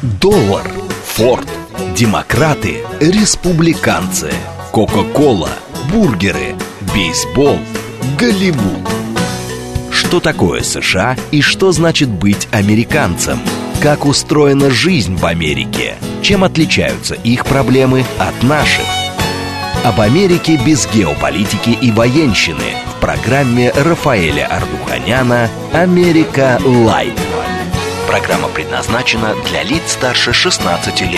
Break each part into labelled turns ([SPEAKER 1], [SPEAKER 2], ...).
[SPEAKER 1] Доллар, Форд, демократы, республиканцы, Кока-кола, бургеры, бейсбол, Голливуд. Что такое США и что значит быть американцем? Как устроена жизнь в Америке? Чем отличаются их проблемы от наших? Об Америке без геополитики и военщины в программе Рафаэля Ардуханяна «Америка Лайт». Программа предназначена для лиц старше 16 лет.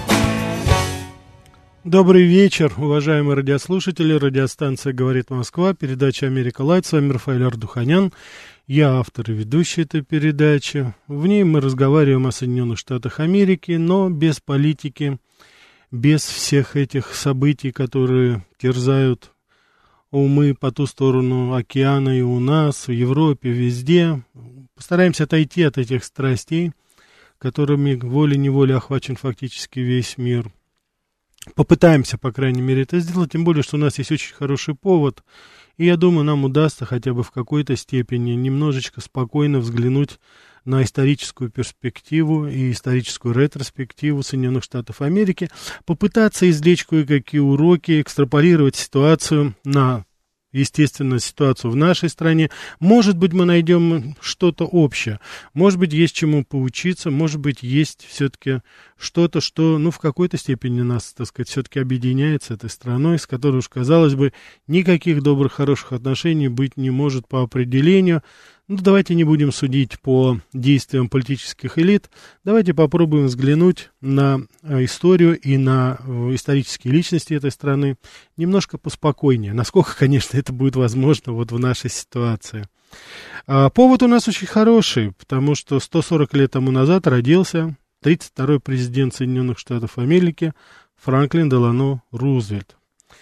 [SPEAKER 2] Добрый вечер, уважаемые радиослушатели. Радиостанция «Говорит Москва», передача «Америка Лайт». С вами Рафаэль Ардуханян. Я автор и ведущий этой передачи. В ней мы разговариваем о Соединенных Штатах Америки, но без политики, без всех этих событий, которые терзают умы по ту сторону океана и у нас, в Европе, везде. Постараемся отойти от этих страстей, которыми волей-неволей охвачен фактически весь мир. Попытаемся, по крайней мере, это сделать, тем более, что у нас есть очень хороший повод, и я думаю, нам удастся хотя бы в какой-то степени немножечко спокойно взглянуть на историческую перспективу и историческую ретроспективу Соединенных Штатов Америки, попытаться извлечь кое-какие уроки, экстраполировать ситуацию на, естественно, ситуацию в нашей стране. Может быть, мы найдем что-то общее, может быть, есть чему поучиться, может быть, есть все-таки что-то, что, в какой-то степени нас, так сказать, все-таки объединяет с этой страной, с которой уж, казалось бы, никаких добрых, хороших отношений быть не может по определению. Давайте не будем судить по действиям политических элит, давайте попробуем взглянуть на историю и на исторические личности этой страны немножко поспокойнее, насколько, конечно, это будет возможно вот в нашей ситуации. Повод у нас очень хороший, потому что 140 лет тому назад родился 32-й президент Соединенных Штатов Америки Франклин Делано Рузвельт.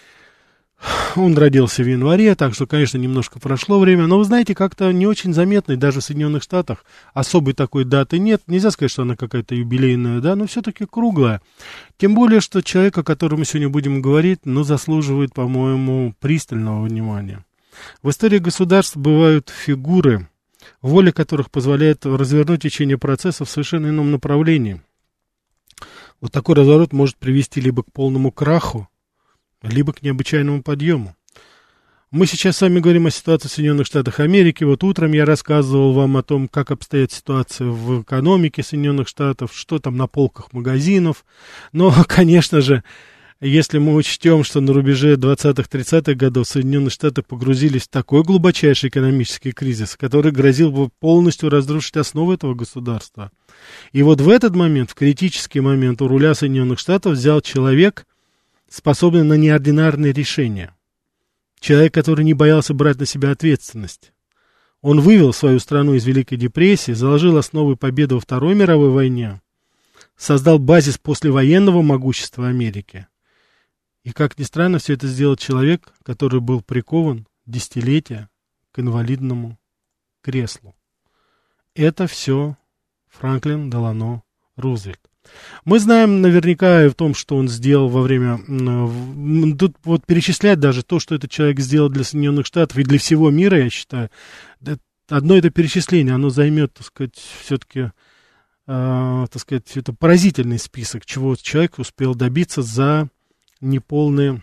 [SPEAKER 2] Он родился в январе, так что, конечно, немножко прошло время, но, вы знаете, как-то не очень заметной даже в Соединенных Штатах особой такой даты нет. Нельзя сказать, что она какая-то юбилейная, да, но все-таки круглая. Тем более, что человек, о котором мы сегодня будем говорить, заслуживает, по-моему, пристального внимания. В истории государств бывают фигуры, воля которых позволяет развернуть течение процесса в совершенно ином направлении. Вот такой разворот может привести либо к полному краху, либо к необычайному подъему. Мы сейчас с вами говорим о ситуации в Соединенных Штатах Америки. Вот утром я рассказывал вам о том, как обстоит ситуация в экономике Соединенных Штатов, что там на полках магазинов. Но, конечно же, если мы учтем, что на рубеже 20-30-х годов Соединенные Штаты погрузились в такой глубочайший экономический кризис, который грозил бы полностью разрушить основы этого государства. И вот в этот момент, в критический момент, у руля Соединенных Штатов взял человек, способный на неординарные решения. Человек, который не боялся брать на себя ответственность. Он вывел свою страну из Великой депрессии, заложил основы победы во Второй мировой войне, создал базис послевоенного могущества Америки. И, как ни странно, все это сделал человек, который был прикован десятилетия к инвалидному креслу. Это все Франклин Делано Рузвельт. Мы знаем наверняка и в том, что он сделал во время... Тут вот перечислять даже то, что этот человек сделал для Соединенных Штатов и для всего мира, я считаю, одно это перечисление, оно займет, так сказать, все-таки, так сказать, это поразительный список, чего человек успел добиться за неполные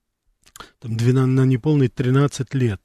[SPEAKER 2] 13 лет.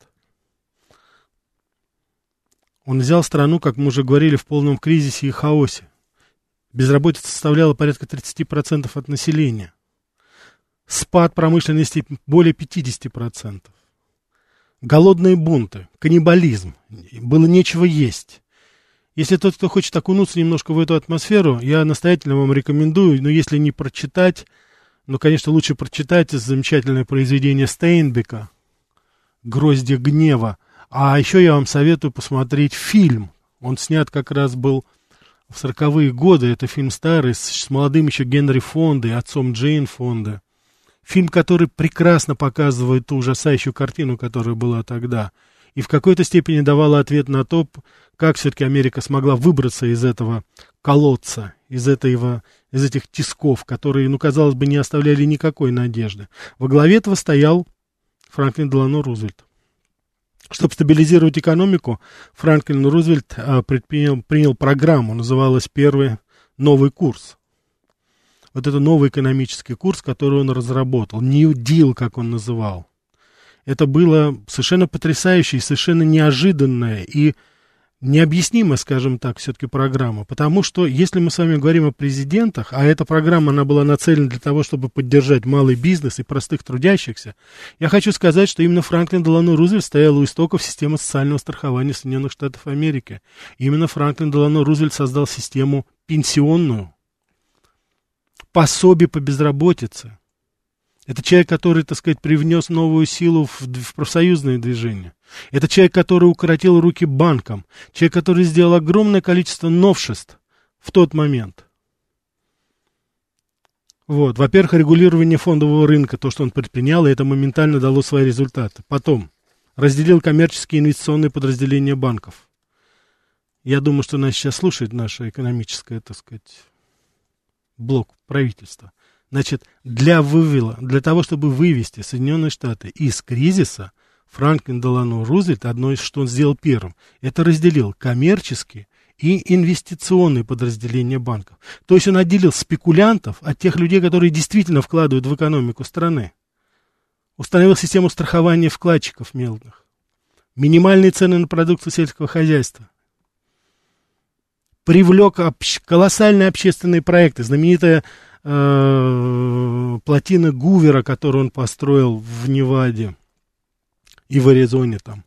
[SPEAKER 2] Он взял страну, как мы уже говорили, в полном кризисе и хаосе. Безработица составляла порядка 30% от населения. Спад промышленности более 50%. Голодные бунты, каннибализм. Было нечего есть. Если тот, кто хочет окунуться немножко в эту атмосферу, я настоятельно вам рекомендую, но если не прочитать, конечно, лучше прочитать замечательное произведение Стейнбека «Гроздья гнева». А еще я вам советую посмотреть фильм. Он снят как раз был в 40-е годы. Это фильм старый, с молодым еще Генри Фондой, отцом Джейн Фонды. Фильм, который прекрасно показывает ту ужасающую картину, которая была тогда. И в какой-то степени давала ответ на то, как все-таки Америка смогла выбраться из этого колодца, из этих тисков, которые, казалось бы, не оставляли никакой надежды. Во главе этого стоял Франклин Делано Рузвельт. Чтобы стабилизировать экономику, Франклин Рузвельт принял программу, называлась «Первый новый курс». вот это новый экономический курс, который он разработал, New Deal, как он называл. Это было совершенно потрясающее, совершенно неожиданное и необъяснимая, скажем так, все-таки программа. Потому что, если мы с вами говорим о президентах, а эта программа, она была нацелена для того, чтобы поддержать малый бизнес и простых трудящихся, я хочу сказать, что именно Франклин Делано Рузвельт стоял у истоков системы социального страхования Соединенных Штатов Америки. Именно Франклин Делано Рузвельт создал систему пенсионную, пособие по безработице. Это человек, который, так сказать, привнес новую силу в профсоюзное движение. Это человек, который укоротил руки банкам. Человек, который сделал огромное количество новшеств в тот момент. Вот. Во-первых, регулирование фондового рынка, то, что он предпринял, и это моментально дало свои результаты. Потом, разделил коммерческие и инвестиционные подразделения банков. Я думаю, что нас сейчас слушает наше экономическое, так сказать, блок правительства. Значит, для того, чтобы вывести Соединенные Штаты из кризиса, Франклин Делано Рузвельт, одно из, что он сделал первым, это разделил коммерческие и инвестиционные подразделения банков. То есть он отделил спекулянтов от тех людей, которые действительно вкладывают в экономику страны. Установил систему страхования вкладчиков мелких. Минимальные цены на продукцию сельского хозяйства. Привлек колоссальные общественные проекты. Знаменитая плотина Гувера, которую он построил в Неваде и в Аризоне там.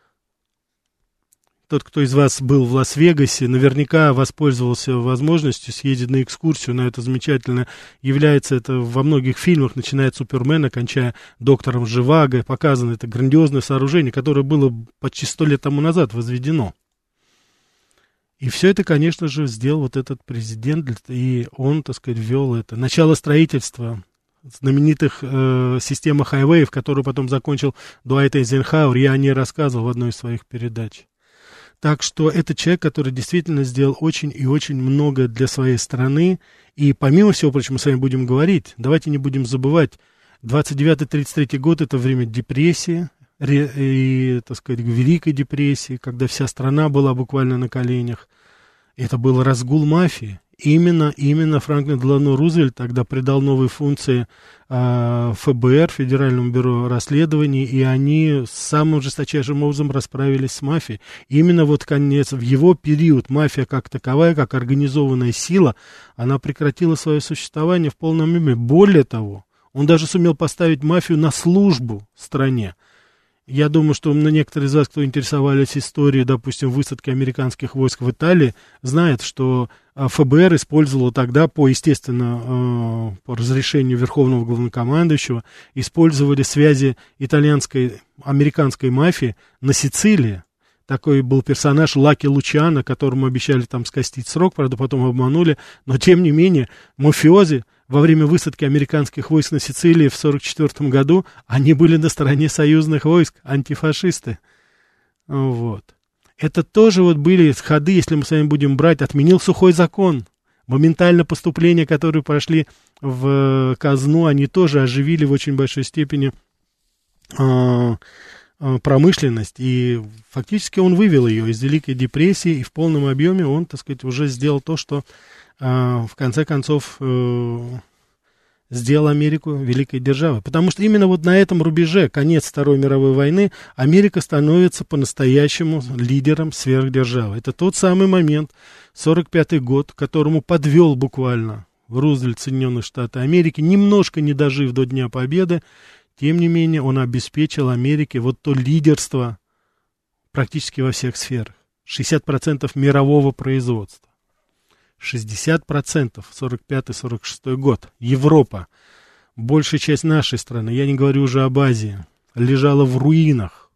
[SPEAKER 2] Тот, кто из вас был в Лас-Вегасе, наверняка воспользовался возможностью съездить на экскурсию на это замечательное. Является это во многих фильмах, начиная от Супермена, кончая доктором Живаго. Показано это грандиозное сооружение, которое было почти 100 лет тому назад возведено. И все это, конечно же, сделал вот этот президент, и он, так сказать, ввел это. Начало строительства знаменитых системы хайвеев, которую потом закончил Дуайт Эйзенхауэр, я о ней рассказывал в одной из своих передач. Так что это человек, который действительно сделал очень и очень много для своей страны. И помимо всего прочего, мы с вами будем говорить, давайте не будем забывать, 29-33 год – это время депрессии, и, так сказать, Великой депрессии, когда вся страна была буквально на коленях. Это был разгул мафии. Именно Франклин Делано Рузвельт тогда придал новые функции ФБР, Федеральному бюро расследований, и они самым жесточайшим образом расправились с мафией. Именно вот конец, в его период мафия как таковая, как организованная сила, она прекратила свое существование в полном объеме. Более того, он даже сумел поставить мафию на службу стране. Я думаю, что некоторые из вас, кто интересовались историей, допустим, высадки американских войск в Италии, знают, что ФБР использовало тогда, по разрешению Верховного Главнокомандующего, использовали связи американской мафии на Сицилии. Такой был персонаж Лаки Лучано, которому обещали там скостить срок, правда, потом обманули, но тем не менее мафиози во время высадки американских войск на Сицилии в 1944 году, они были на стороне союзных войск, антифашисты. Вот. Это тоже вот были ходы, если мы с вами будем брать, отменил сухой закон. Моментально поступления, которые пошли в казну, они тоже оживили в очень большой степени промышленность, и фактически он вывел ее из Великой депрессии, и в полном объеме он, так сказать, уже сделал то, что в конце концов сделал Америку великой державой. Потому что именно вот на этом рубеже, конец Второй мировой войны, Америка становится по-настоящему лидером сверхдержавы. Это тот самый момент, 1945 год, к которому подвел буквально Рузвельт Соединенных Штатов Америки, немножко не дожив до Дня Победы. Тем не менее, он обеспечил Америке вот то лидерство практически во всех сферах. 60% мирового производства. 60%, 45-46 год. Европа, большая часть нашей страны, я не говорю уже об Азии, лежала в руинах.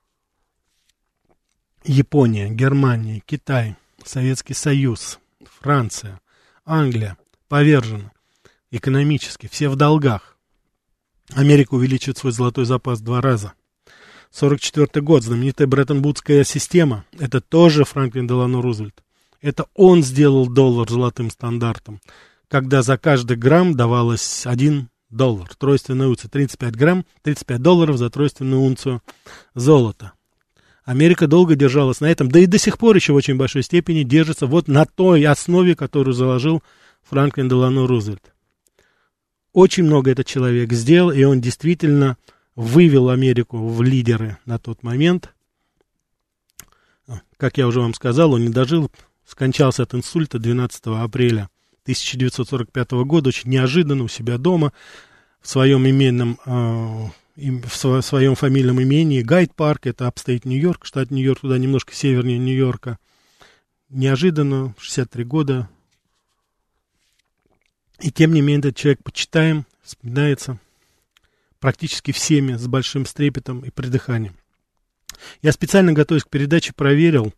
[SPEAKER 2] Япония, Германия, Китай, Советский Союз, Франция, Англия повержена экономически, все в долгах. Америка увеличивает свой золотой запас 2 раза. 1944 год, знаменитая Бреттон-Вудская система, это тоже Франклин Делано Рузвельт. Это он сделал доллар золотым стандартом, когда за каждый грамм давалось $1, тройственная унция, 35 грамм, $35 за тройственную унцию золота. Америка долго держалась на этом, да и до сих пор еще в очень большой степени держится вот на той основе, которую заложил Франклин Делано Рузвельт. Очень много этот человек сделал, и он действительно вывел Америку в лидеры на тот момент. Как я уже вам сказал, он не дожил, скончался от инсульта 12 апреля 1945 года, очень неожиданно у себя дома, в своем в своем фамильном имении Гайд-парк, это апстейт Нью-Йорк, штат Нью-Йорк, туда немножко севернее Нью-Йорка. Неожиданно, 63 года. И тем не менее, этот человек почитаем, вспоминается практически всеми с большим трепетом и придыханием. Я специально, готовясь к передаче, проверил,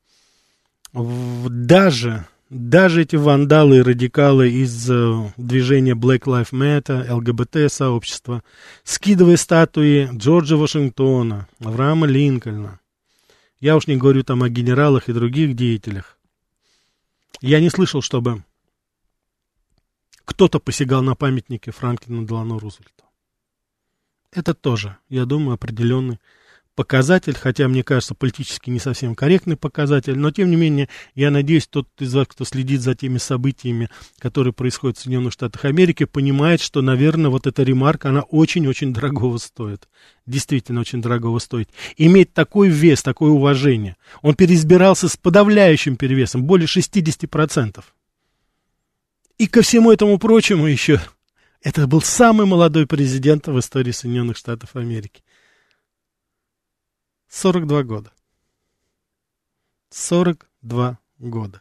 [SPEAKER 2] даже эти вандалы и радикалы из движения Black Lives Matter, ЛГБТ-сообщества, скидывая статуи Джорджа Вашингтона, Авраама Линкольна, я уж не говорю там о генералах и других деятелях, я не слышал, чтобы кто-то посягал на памятники Франклину Делано Рузвельту. Это тоже, я думаю, определенный показатель, хотя, мне кажется, политически не совсем корректный показатель, но, тем не менее, я надеюсь, тот из вас, кто следит за теми событиями, которые происходят в Соединенных Штатах Америки, понимает, что, наверное, вот эта ремарка, она очень-очень дорогого стоит. Действительно, очень дорогого стоит. Иметь такой вес, такое уважение. Он переизбирался с подавляющим перевесом, более 60%. И ко всему этому прочему еще, это был самый молодой президент в истории Соединенных Штатов Америки. 42 года. 42 года.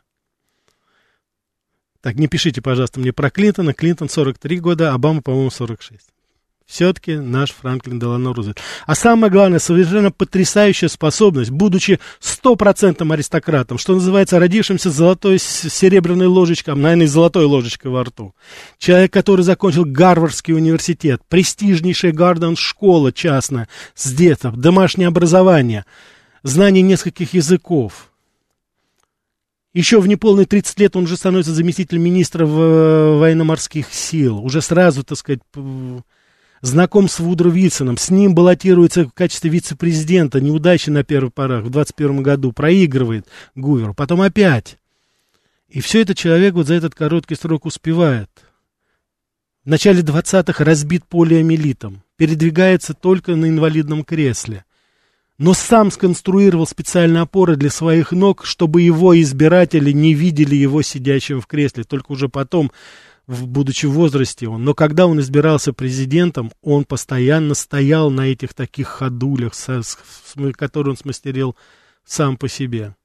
[SPEAKER 2] Так, не пишите, пожалуйста, мне про Клинтона. Клинтон 43 года, Обама, по-моему, 46. Все-таки наш Франклин Делано Рузвельт. А самое главное, совершенно потрясающая способность, будучи 100% аристократом, что называется, родившимся с золотой, с серебряной ложечкой, наверное, и золотой ложечкой во рту. Человек, который закончил Гарвардский университет, престижнейшая Гарден-школа частная, с детства, домашнее образование, знание нескольких языков. Еще в неполные 30 лет он уже становится заместителем министра военно-морских сил. Уже сразу, так сказать, знаком с Вудро Вильсоном, с ним баллотируется в качестве вице-президента, неудачи на первых порах, в 21 году, проигрывает Гуверу, потом опять. И все это человек вот за этот короткий срок успевает. В начале 20-х разбит полиомиелитом, передвигается только на инвалидном кресле, но сам сконструировал специальные опоры для своих ног, чтобы его избиратели не видели его сидящим в кресле, только уже потом, будучи в возрасте он. Но когда он избирался президентом, он постоянно стоял на этих таких ходулях, которые он смастерил сам по себе.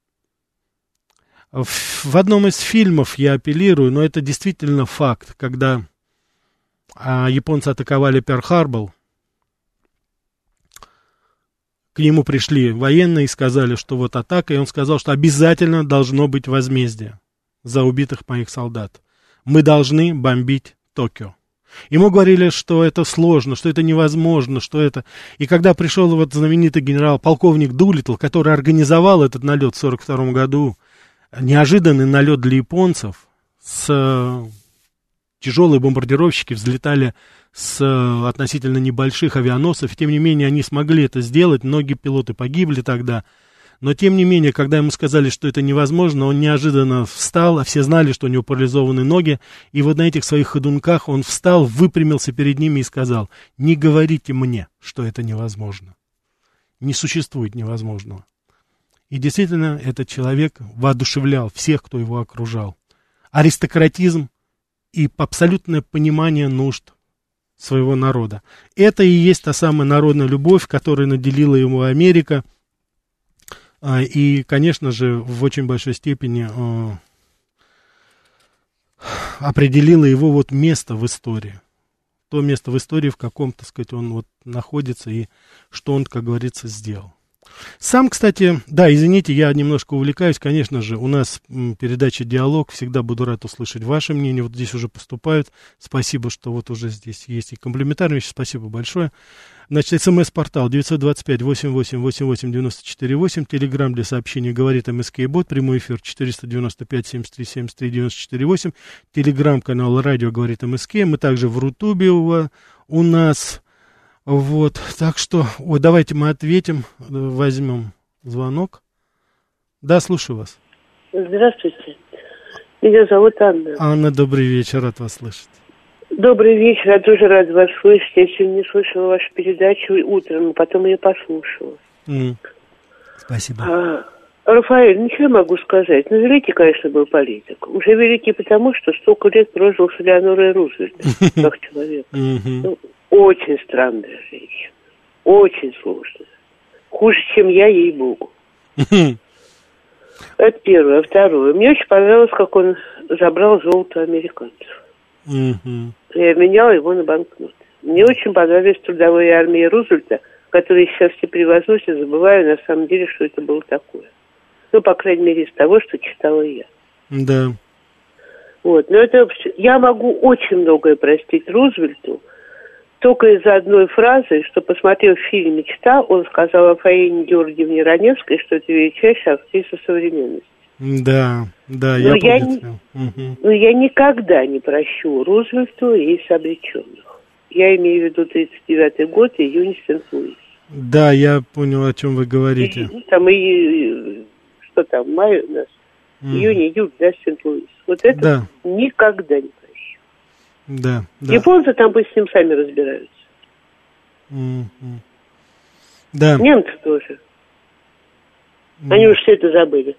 [SPEAKER 2] В одном из фильмов я апеллирую, но это действительно факт, когда японцы атаковали Перл-Харбор, к нему пришли военные и сказали, что вот атака, и он сказал, что обязательно должно быть возмездие за убитых моих солдат. Мы должны бомбить Токио. Ему говорили, что это сложно, что это невозможно, что это... И когда пришел вот знаменитый генерал-полковник Дулиттл, который организовал этот налет в 1942 году, неожиданный налет для японцев, тяжелые бомбардировщики взлетали с относительно небольших авианосцев, тем не менее они смогли это сделать, многие пилоты погибли тогда. Но, тем не менее, когда ему сказали, что это невозможно, он неожиданно встал, а все знали, что у него парализованы ноги, и вот на этих своих ходунках он встал, выпрямился перед ними и сказал: «Не говорите мне, что это невозможно. Не существует невозможного». И действительно, этот человек воодушевлял всех, кто его окружал. Аристократизм и абсолютное понимание нужд своего народа. Это и есть та самая народная любовь, которой наделила ему Америка, и, конечно же, в очень большой степени определило его вот место в истории. То место в истории, в каком, так сказать, он вот находится и что он, как говорится, сделал. Сам, кстати, да, извините, я немножко увлекаюсь, конечно же, у нас передача «Диалог», всегда буду рад услышать ваше мнение, вот здесь уже поступают, спасибо, что вот уже здесь есть и комплиментарные вещи, спасибо большое. Значит, СМС-портал 925-88-88-94-8, телеграмм для сообщений «Говорит МСК-бот», прямой эфир 495-73-73-94-8, телеграмм-канал «Радио Говорит МСК», мы также в Рутубе у нас... Вот, так что, давайте мы ответим, возьмем звонок. Да, слушаю вас.
[SPEAKER 3] Здравствуйте, меня зовут Анна.
[SPEAKER 2] Анна, добрый вечер, рад вас слышать.
[SPEAKER 3] Добрый вечер, я тоже рада вас слышать. Я сегодня не слышала вашу передачу утром, потом ее послушала.
[SPEAKER 2] Спасибо.
[SPEAKER 3] Рафаэль, ничего могу сказать. Ну, великий, конечно, был политик. Уже великий потому, что столько лет прожил с Элеонорой Рузвельт, как человек. Ну, очень странная женщина. Очень сложная. Хуже, чем я, ей-богу. Это первое. Второе. Мне очень понравилось, как он забрал золото американцев. И обменял его на банкноты. Мне очень понравились трудовые армии Рузвельта, которые сейчас все превозносят, забывая на самом деле, что это было такое. Ну, по крайней мере, из того, что читала я.
[SPEAKER 2] Да.
[SPEAKER 3] Вот. Но это я могу очень многое простить Рузвельту, только из-за одной фразы, что, посмотрев фильм «Мечта», он сказал о Фаине Георгиевне Раневской, что это величайшая актриса современности.
[SPEAKER 2] Да, я помню.
[SPEAKER 3] Но я никогда не прощу Рузвельту и обреченных. Я имею в виду 1939 год, июнь, Сент-Луис.
[SPEAKER 2] Да, я понял, о чем вы говорите.
[SPEAKER 3] Что там, май у нас? Июнь, июль, да, Сент-Луис. Вот это никогда не прощу.
[SPEAKER 2] Да.
[SPEAKER 3] Японцы там пусть с ним сами разбираются.
[SPEAKER 2] Да.
[SPEAKER 3] Немцы тоже. Они уж все это забыли.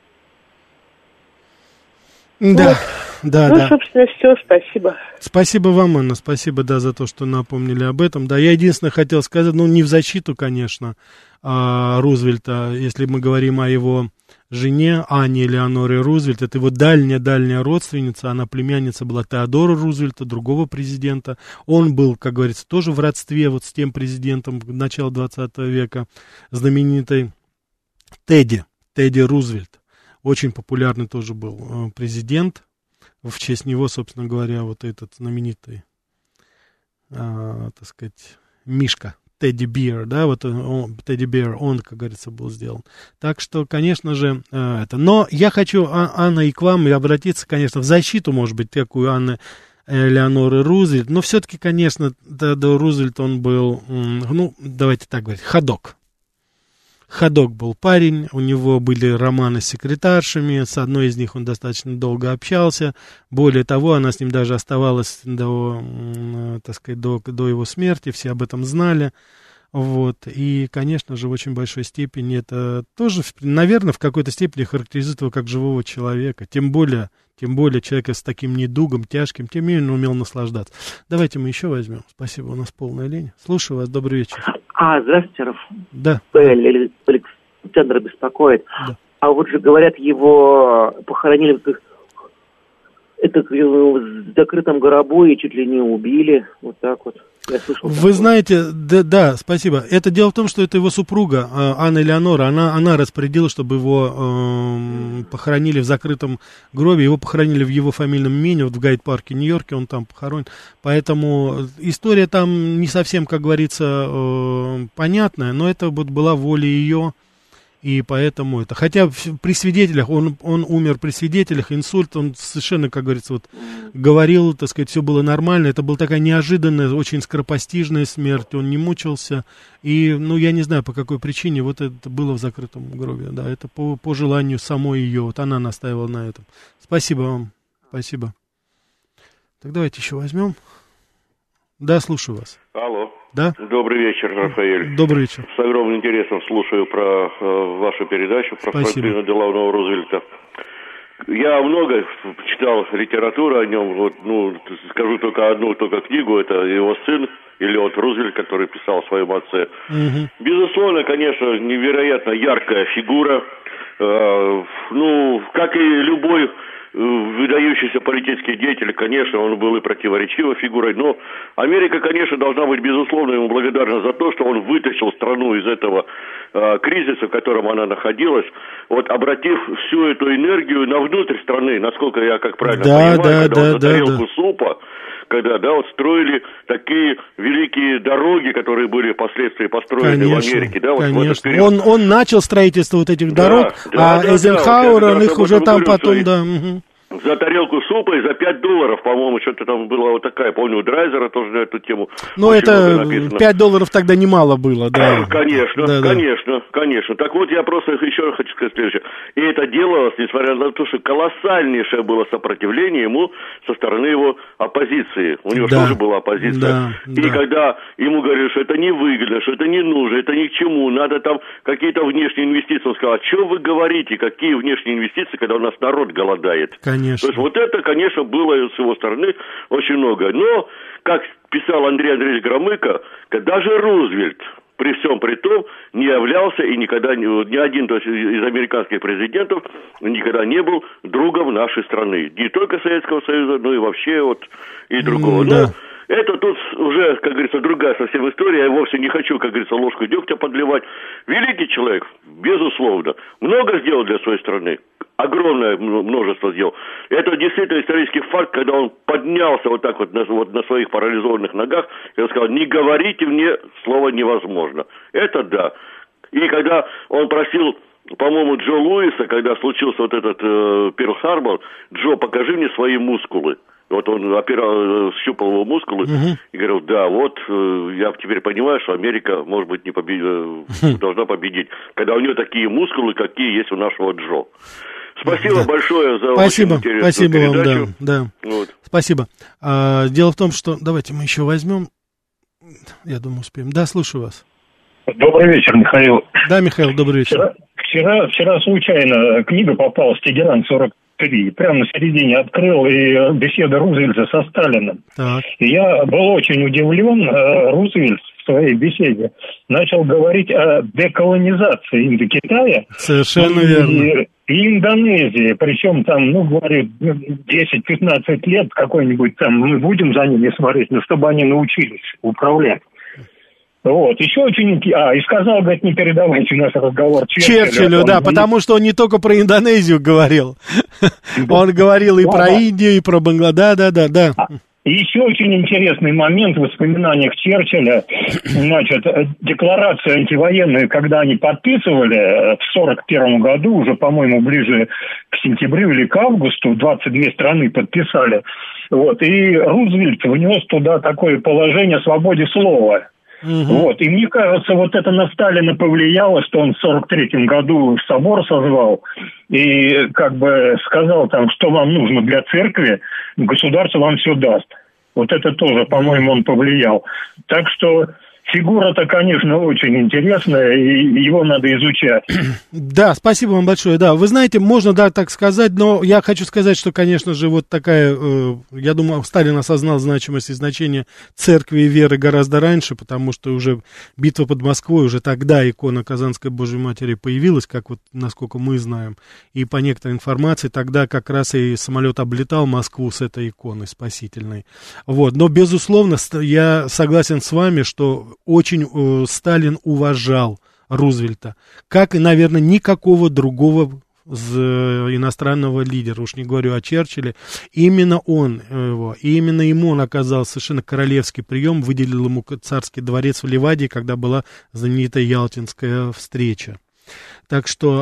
[SPEAKER 2] Да,
[SPEAKER 3] вот. Собственно, все, спасибо.
[SPEAKER 2] Спасибо вам, Анна, спасибо, за то, что напомнили об этом. Да, я единственное хотел сказать, не в защиту, конечно, Рузвельта, если мы говорим о его жене, Анне Элеоноре Рузвельт, это его дальняя родственница, она племянница была Теодора Рузвельта, другого президента. Он был, как говорится, тоже в родстве вот с тем президентом начала 20 века, знаменитый Тедди Рузвельт. Очень популярный тоже был президент. В честь него, собственно говоря, вот этот знаменитый, так сказать, Мишка, Тедди Бир, да, вот Тедди Бир, он, как говорится, был сделан. Так что, конечно же, это. Но я хочу, Анна, и к вам обратиться, конечно, в защиту, может быть, такую Анны Элеоноры Рузвельт. Но все-таки, конечно, Рузвельт, он был, давайте так говорить, ходок. Ходок был парень, у него были романы с секретаршами, с одной из них он достаточно долго общался, более того, она с ним даже оставалась до его смерти, все об этом знали, вот, и, конечно же, в очень большой степени это тоже, наверное, в какой-то степени характеризует его как живого человека, тем более человека с таким недугом, тяжким, тем не менее он умел наслаждаться. Давайте мы еще возьмем, спасибо, у нас полная линия. Слушаю вас, добрый вечер.
[SPEAKER 4] Здравствуйте, Раф.
[SPEAKER 2] Да.
[SPEAKER 4] Александр беспокоит. Да. А вот же, говорят, его похоронили в закрытом гробу и чуть ли не убили. Вот так вот. Я слышал.
[SPEAKER 2] Вы знаете, да, спасибо. Это дело в том, что это его супруга, Анна Элеонора. Она распорядилась, чтобы его похоронили в закрытом гробе. Его похоронили в его фамильном имении, вот в Гайд-парке, Нью-Йорке, он там похоронен. Поэтому история там не совсем, как говорится, понятная, но это вот была воля ее. И поэтому это, хотя при свидетелях, он умер при свидетелях, инсульт, он совершенно, как говорится, вот говорил, так сказать, все было нормально, это была такая неожиданная, очень скоропостижная смерть, он не мучился, и, я не знаю, по какой причине, вот это было в закрытом гробе, да, это по желанию самой ее, вот она настаивала на этом. Спасибо вам, спасибо. Так давайте еще возьмем. Да, слушаю вас.
[SPEAKER 5] Алло.
[SPEAKER 2] Да?
[SPEAKER 5] Добрый вечер, Рафаэль.
[SPEAKER 2] Добрый вечер.
[SPEAKER 5] С огромным интересом слушаю про вашу передачу, про Франклина Делано Рузвельта. Я много читал литературу о нем, скажу только одну книгу, это его сын Элиот Рузвельт, который писал о своем отце. Безусловно, конечно, невероятно яркая фигура, как и любой выдающийся политический деятель, конечно, он был и противоречивой фигурой, но Америка, конечно, должна быть, безусловно, ему благодарна за то, что он вытащил страну из этого кризиса, в котором она находилась, обратив всю эту энергию на внутрь страны, насколько я, как правильно понимаю, на тарелку супа, когда, строили такие великие дороги, которые были впоследствии построены в Америке. Да,
[SPEAKER 2] конечно. Он начал строительство вот этих дорог, Эйзенхауэр, он их уже там потом,
[SPEAKER 5] за тарелку супа и за $5, по-моему, что-то там было вот такая, помню, у Драйзера тоже на эту тему.
[SPEAKER 2] Ну, это $5 тогда немало было, да.
[SPEAKER 5] Конечно, да, конечно, да. Конечно. Так вот, я просто еще хочу сказать следующее. И это делалось, несмотря на то, что колоссальнейшее было сопротивление ему со стороны его оппозиции. У него тоже была оппозиция. И когда ему говорили, что это невыгодно, что это не нужно, это ни к чему, надо там какие-то внешние инвестиции, он сказал, что вы говорите, какие внешние инвестиции, когда у нас народ голодает.
[SPEAKER 2] Конечно.
[SPEAKER 5] То есть вот это, конечно, было с его стороны очень много. Но, как писал Андрей Андреевич Громыко, даже Рузвельт при всем при том не являлся и никогда ни один из американских президентов никогда не был другом нашей страны. Не только Советского Союза, но и вообще вот и другого.
[SPEAKER 2] Да.
[SPEAKER 5] Но это тут уже, как говорится, другая совсем история. Я вовсе не хочу, как говорится, ложку дегтя подливать. Великий человек, безусловно, много сделал для своей страны. Огромное множество сделал. Это действительно исторический факт, когда он поднялся вот так вот на своих парализованных ногах и сказал, не говорите мне слово невозможно. Это да. И когда он просил, по-моему, Джо Луиса, когда случился вот этот Перл-Харбор, Джо, покажи мне свои мускулы. Вот он щупал его мускулы и говорил, да, вот я теперь понимаю, что Америка, может быть, должна победить, когда у нее такие мускулы, какие есть у нашего Джо. Спасибо большое за очень интересную передачу.
[SPEAKER 2] Вам, да. Вот. Спасибо. Дело в том, что... Давайте мы еще возьмем. Я думаю, успеем. Да, слушаю вас.
[SPEAKER 6] Добрый вечер, Михаил.
[SPEAKER 2] Да, Михаил, добрый вечер.
[SPEAKER 6] Вчера случайно книга попалась «Тегеран 43». Прямо на середине открыл, и беседа Рузвельта со Сталиным. Так. И я был очень удивлен. Рузвельт в своей беседе начал говорить о деколонизации Индокитая.
[SPEAKER 2] Совершенно верно.
[SPEAKER 6] И Индонезии, причем там, говорит, 10-15 лет какой-нибудь там, мы будем за ними смотреть, но чтобы они научились управлять. Вот, еще очень... и сказал, говорит, не передавайте наш разговор
[SPEAKER 2] Черчиллю, да, потому что он не только про Индонезию говорил. Он говорил и про Индию, и про Бангладеш, да.
[SPEAKER 6] И еще очень интересный момент в воспоминаниях Черчилля. Значит, декларацию антивоенную, когда они подписывали в 1941 году, уже, по-моему, ближе к сентябрю или к августу, 22 страны подписали. Вот, и Рузвельт внес туда такое положение о свободе слова. Вот, и мне кажется, вот это на Сталина повлияло, что он в 1943 году собор созвал и как бы сказал там, что вам нужно для церкви, государство вам все даст. Вот это тоже, по-моему, он повлиял. Так что фигура-то, конечно, очень интересная, и его надо изучать.
[SPEAKER 2] Да, спасибо вам большое. Да, вы знаете, можно, да, так сказать, но я хочу сказать, что, конечно же, вот такая, я думаю, Сталин осознал значимость и значение церкви и веры гораздо раньше, потому что уже битва под Москвой, уже тогда икона Казанской Божьей Матери появилась, как вот, насколько мы знаем, и по некоторой информации, тогда как раз и самолет облетал Москву с этой иконой спасительной. Вот, но, безусловно, я согласен с вами, что очень Сталин уважал Рузвельта, как и, наверное, никакого другого иностранного лидера, уж не говорю о Черчилле. Именно ему он оказал совершенно королевский прием, выделил ему царский дворец в Ливадии, когда была знаменитая Ялтинская встреча. Так что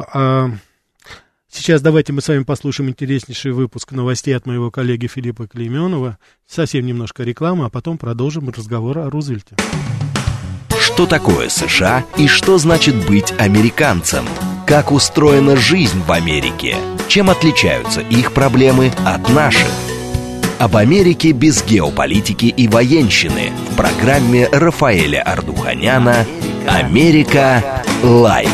[SPEAKER 2] сейчас давайте мы с вами послушаем интереснейший выпуск новостей от моего коллеги Филиппа Клейменова, совсем немножко рекламы, а потом продолжим разговор о Рузвельте.
[SPEAKER 1] Что такое США и что значит быть американцем? Как устроена жизнь в Америке? Чем отличаются их проблемы от наших? Об Америке без геополитики и военщины в программе Рафаэля Ардуханяна «Америка Лайв».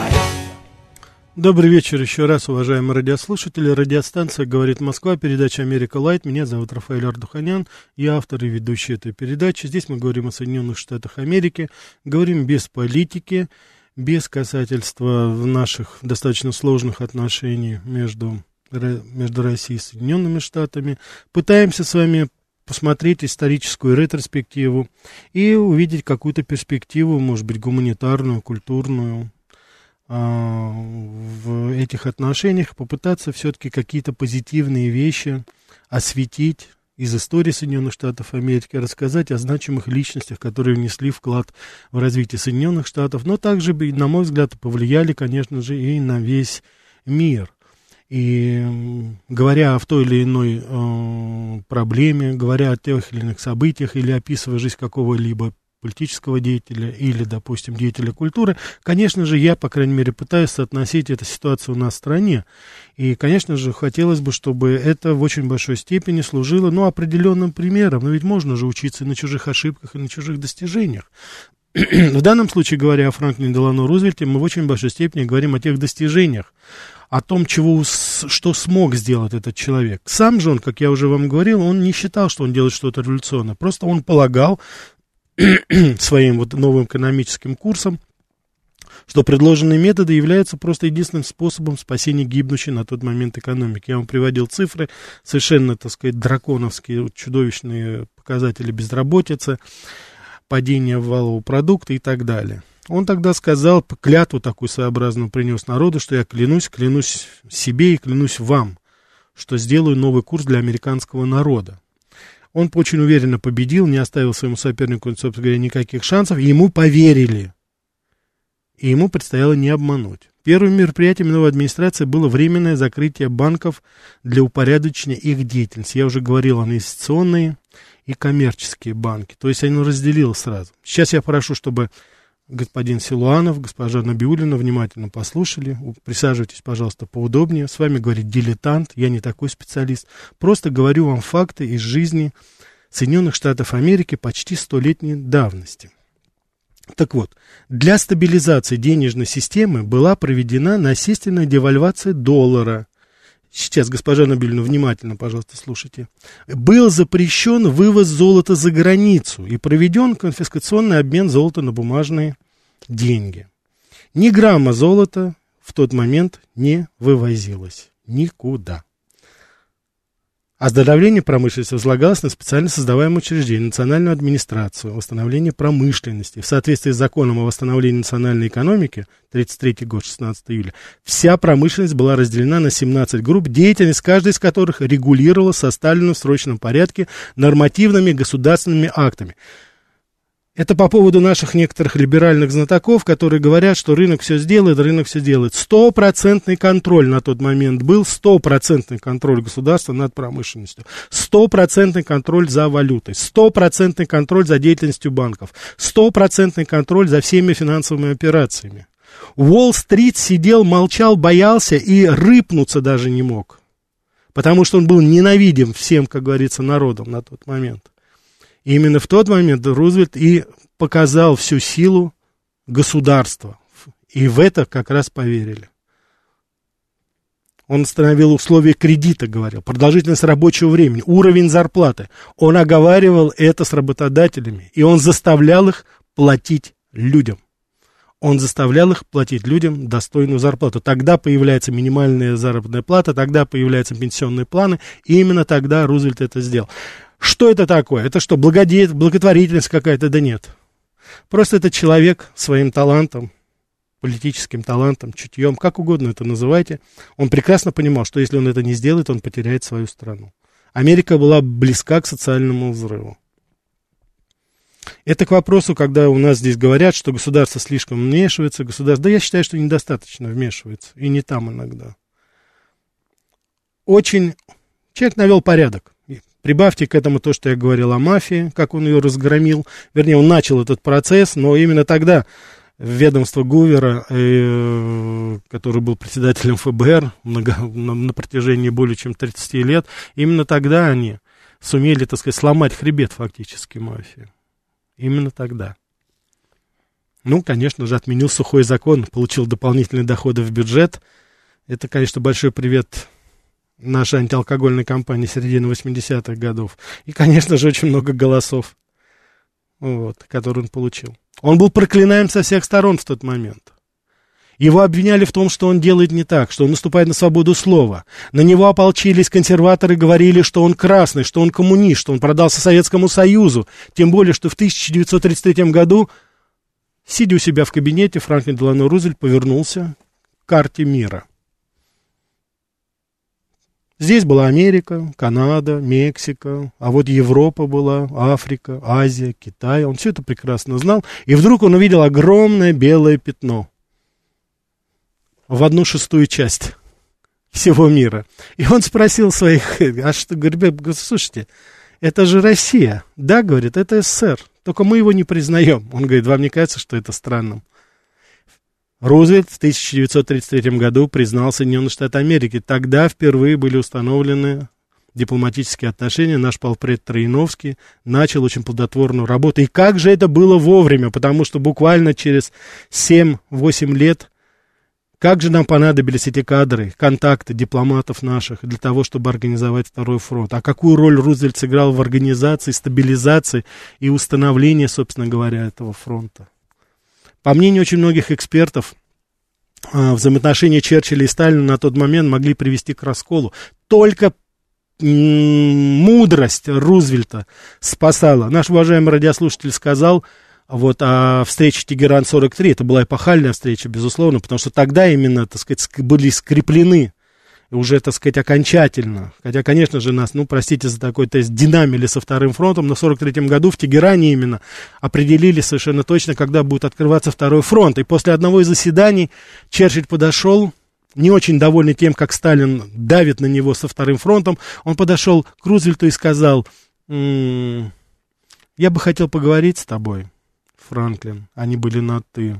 [SPEAKER 2] Добрый вечер еще раз, уважаемые радиослушатели. Радиостанция «Говорит Москва», передача «Америка Лайт». Меня зовут Рафаэль Ардуханян, я автор и ведущий этой передачи. Здесь мы говорим о Соединенных Штатах Америки, говорим без политики, без касательства наших достаточно сложных отношений между Россией и Соединенными Штатами. Пытаемся с вами посмотреть историческую ретроспективу и увидеть какую-то перспективу, может быть, гуманитарную, культурную, в этих отношениях, попытаться все-таки какие-то позитивные вещи осветить из истории Соединенных Штатов Америки, рассказать о значимых личностях, которые внесли вклад в развитие Соединенных Штатов, но также, на мой взгляд, повлияли, конечно же, и на весь мир. И говоря о той или иной проблеме, говоря о тех или иных событиях или описывая жизнь какого-либо политического деятеля или, допустим, деятеля культуры, конечно же, я, по крайней мере, пытаюсь соотносить эту ситуацию у нас в стране. И, конечно же, хотелось бы, чтобы это в очень большой степени служило, определенным примером. Но ведь можно же учиться и на чужих ошибках, и на чужих достижениях. В данном случае, говоря о Франклине Делано Рузвельте, мы в очень большой степени говорим о тех достижениях, о том, что смог сделать этот человек. Сам же он, как я уже вам говорил, он не считал, что он делает что-то революционное. Просто он полагал своим новым экономическим курсом, что предложенные методы являются просто единственным способом спасения гибнущей на тот момент экономики. Я вам приводил цифры, совершенно, так сказать, драконовские, чудовищные показатели безработицы, падение валового продукта и так далее. Он тогда сказал, клятву такую своеобразную принес народу, что я клянусь себе и клянусь вам, что сделаю новый курс для американского народа. Он очень уверенно победил, не оставил своему сопернику, собственно говоря, никаких шансов, и ему поверили. И ему предстояло не обмануть. Первым мероприятием новой администрации было временное закрытие банков для упорядочения их деятельности. Я уже говорил о инвестиционные и коммерческие банки. То есть он разделил сразу. Сейчас я прошу, чтобы господин Силуанов, госпожа Набиуллина внимательно послушали. Присаживайтесь, пожалуйста, поудобнее. С вами говорит дилетант, я не такой специалист. Просто говорю вам факты из жизни Соединенных Штатов Америки почти 100-летней давности. Так вот, для стабилизации денежной системы была проведена насильственная девальвация доллара. Сейчас, госпожа Набиуллина, внимательно, пожалуйста, слушайте. Был запрещен вывоз золота за границу и проведен конфискационный обмен золота на бумажные деньги. Ни грамма золота в тот момент не вывозилось никуда. Оздоровление промышленности возлагалось на специально создаваемое учреждение, национальную администрацию, восстановление промышленности. В соответствии с законом о восстановлении национальной экономики, 1933 год, 16 июля, вся промышленность была разделена на 17 групп, деятельность каждой из которых регулировалась составленным в срочном порядке нормативными государственными актами. Это по поводу наших некоторых либеральных знатоков, которые говорят, что рынок все сделает, рынок все делает. 100% контроль на тот момент был, 100% контроль государства над промышленностью, 100% контроль за валютой, 100% контроль за деятельностью банков, 100% контроль за всеми финансовыми операциями. Уолл-стрит сидел, молчал, боялся и рыпнуться даже не мог, потому что он был ненавидим всем, как говорится, народом на тот момент. И именно в тот момент Рузвельт и показал всю силу государства. И в это как раз поверили. Он установил условия кредита, говорил, продолжительность рабочего времени, уровень зарплаты. Он оговаривал это с работодателями, и он заставлял их платить людям. Он заставлял их платить людям достойную зарплату. Тогда появляется минимальная заработная плата, тогда появляются пенсионные планы, и именно тогда Рузвельт это сделал. Что это такое? Это что, благотворительность какая-то? Да нет. Просто это человек своим талантом, политическим талантом, чутьем, как угодно это называйте. Он прекрасно понимал, что если он это не сделает, он потеряет свою страну. Америка была близка к социальному взрыву. Это к вопросу, когда у нас здесь говорят, что государство слишком вмешивается, да я считаю, что недостаточно вмешивается, и не там иногда. Человек навел порядок. Прибавьте к этому то, что я говорил о мафии, как он ее разгромил. Вернее, он начал этот процесс, но именно тогда ведомство Гувера, который был председателем ФБР на протяжении более чем 30 лет, именно тогда они сумели, так сказать, сломать хребет фактически мафии. Именно тогда. Конечно же, отменил сухой закон, получил дополнительные доходы в бюджет. Это, конечно, большой привет нашей антиалкогольной кампании середины 80-х годов. И, конечно же, очень много голосов, которые он получил. Он был проклинаем со всех сторон в тот момент. Его обвиняли в том, что он делает не так, что он наступает на свободу слова. На него ополчились консерваторы, говорили, что он красный, что он коммунист, что он продался Советскому Союзу. Тем более, что в 1933 году, сидя у себя в кабинете, Франклин Делано Рузвельт повернулся к карте мира. Здесь была Америка, Канада, Мексика, а вот Европа была, Африка, Азия, Китай. Он все это прекрасно знал. И вдруг он увидел огромное белое пятно в 1/6 часть всего мира. И он спросил своих, а что, говорит, слушайте, это же Россия. Да, говорит, это СССР, только мы его не признаем. Он говорит, вам не кажется, что это странным? Рузвельт в 1933 году признал Соединенные Штаты Америки. Тогда впервые были установлены дипломатические отношения. Наш полпред Троиновский начал очень плодотворную работу. И как же это было вовремя, потому что буквально через 7-8 лет, как же нам понадобились эти кадры, контакты дипломатов наших для того, чтобы организовать Второй фронт. А какую роль Рузвельт сыграл в организации, стабилизации и установлении, собственно говоря, этого фронта. По мнению очень многих экспертов, взаимоотношения Черчилля и Сталина на тот момент могли привести к расколу. Только мудрость Рузвельта спасала. Наш уважаемый радиослушатель сказал вот о встрече Тегеран-43. Это была эпохальная встреча, безусловно, потому что тогда именно, так сказать, были скреплены уже, так сказать, окончательно. Хотя, конечно же, нас, простите за такой тест, динамили со Вторым фронтом, но в 1943 году в Тегеране именно определили совершенно точно, когда будет открываться Второй фронт. И после одного из заседаний Черчилль подошел, не очень довольный тем, как Сталин давит на него со Вторым фронтом, он подошел к Рузвельту и сказал, я бы хотел поговорить с тобой, Франклин. Они были на «ты»,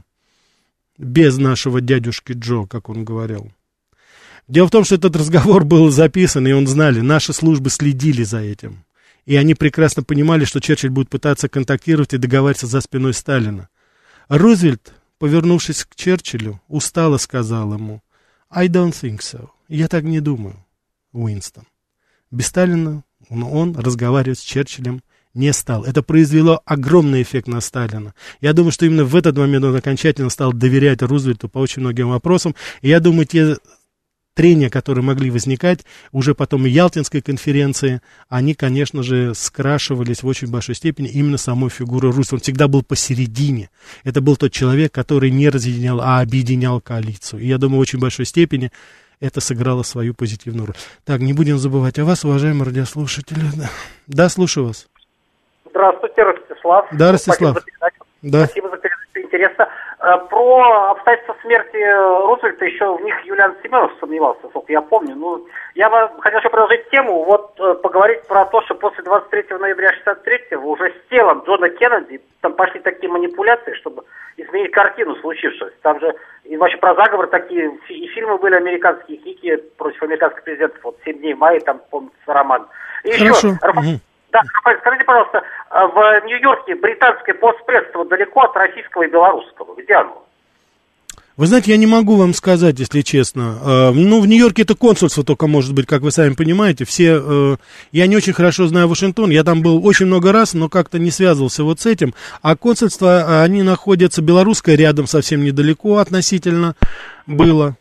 [SPEAKER 2] без нашего дядюшки Джо, как он говорил. Дело в том, что этот разговор был записан, и он знали, наши службы следили за этим. И они прекрасно понимали, что Черчилль будет пытаться контактировать и договариваться за спиной Сталина. Рузвельт, повернувшись к Черчиллю, устало сказал ему, I don't think so. Я так не думаю, Уинстон. Без Сталина он разговаривать с Черчиллем не стал. Это произвело огромный эффект на Сталина. Я думаю, что именно в этот момент он окончательно стал доверять Рузвельту по очень многим вопросам. И я думаю, те трения, которые могли возникать уже потом и Ялтинской конференции, они, конечно же, скрашивались в очень большой степени именно самой фигурой Рузвельта. Он всегда был посередине. Это был тот человек, который не разъединял, а объединял коалицию. И я думаю, в очень большой степени это сыграло свою позитивную роль. Так, не будем забывать о вас, уважаемые радиослушатели. Да, слушаю вас.
[SPEAKER 7] Здравствуйте, Ростислав.
[SPEAKER 2] Да, Ростислав.
[SPEAKER 7] Спасибо за передачу, интересно. Про обстоятельства смерти Рузвельта еще в них Юлиан Семенов сомневался, сколько я помню. Я бы хотел еще продолжить тему, поговорить про то, что после 23 ноября 1963 уже с телом Джона Кеннеди там пошли такие манипуляции, чтобы изменить картину случившегося. Там же и вообще про заговор такие, и фильмы были американские, хики против американских президентов, 7 дней мая, там, помните, роман. И
[SPEAKER 2] хорошо.
[SPEAKER 7] Еще, да, Рафаэль, скажите, пожалуйста, в Нью-Йорке британское постпредство далеко от российского и белорусского? Где оно?
[SPEAKER 2] Вы знаете, я не могу вам сказать, если честно. В Нью-Йорке это консульство только может быть, как вы сами понимаете. Я не очень хорошо знаю Вашингтон, я там был очень много раз, но как-то не связывался вот с этим. А консульство, они находятся, белорусское рядом совсем недалеко относительно было.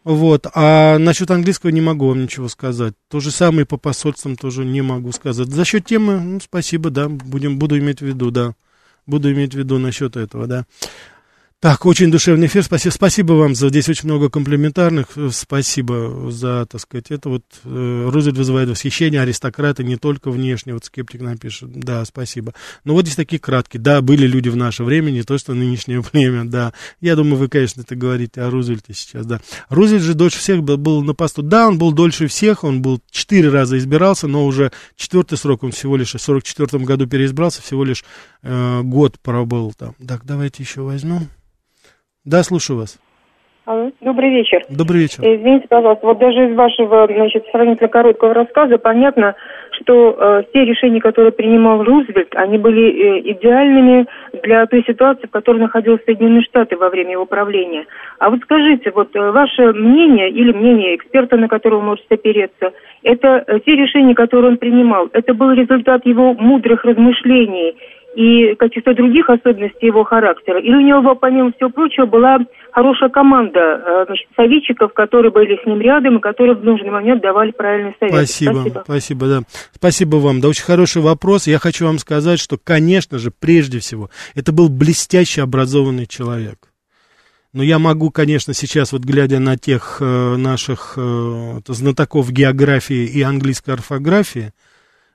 [SPEAKER 2] А насчет английского не могу вам ничего сказать. То же самое по посольствам тоже не могу сказать. За счет темы, спасибо, да, буду иметь в виду, да. Буду иметь в виду насчет этого, да. Так, очень душевный эфир, спасибо вам здесь очень много комплиментарных, спасибо за, так сказать, это Рузвельт вызывает восхищение, аристократы не только внешне, скептик напишет, да, спасибо. Но здесь такие краткие, да, были люди в наше время, не то, что нынешнее время, да. Я думаю, вы, конечно, это говорите о Рузвельте сейчас, да. Рузвельт же дольше всех был на посту, да, он был дольше всех, он был 4 раза избирался, но уже 4-й срок он всего лишь в 1944 году переизбрался, всего лишь год пробыл там. Так, давайте еще возьмем. Да, слушаю вас.
[SPEAKER 8] Алло, добрый вечер.
[SPEAKER 2] Добрый вечер.
[SPEAKER 8] Извините, пожалуйста, даже из вашего, сравнительно короткого рассказа понятно, что те решения, которые принимал Рузвельт, они были идеальными для той ситуации, в которой находились Соединенные Штаты во время его правления. А скажите, ваше мнение или мнение эксперта, на которого вы можете опереться, это те решения, которые он принимал, это был результат его мудрых размышлений и каких-то других особенностей его характера? Или у него, помимо всего прочего, была хорошая команда советчиков, которые были с ним рядом и которые в нужный момент давали правильный совет?
[SPEAKER 2] Спасибо, да. Спасибо вам. Да, очень хороший вопрос. Я хочу вам сказать, что, конечно же, прежде всего, это был блестяще образованный человек. Но я могу, конечно, сейчас, глядя на тех наших знатоков географии и английской орфографии,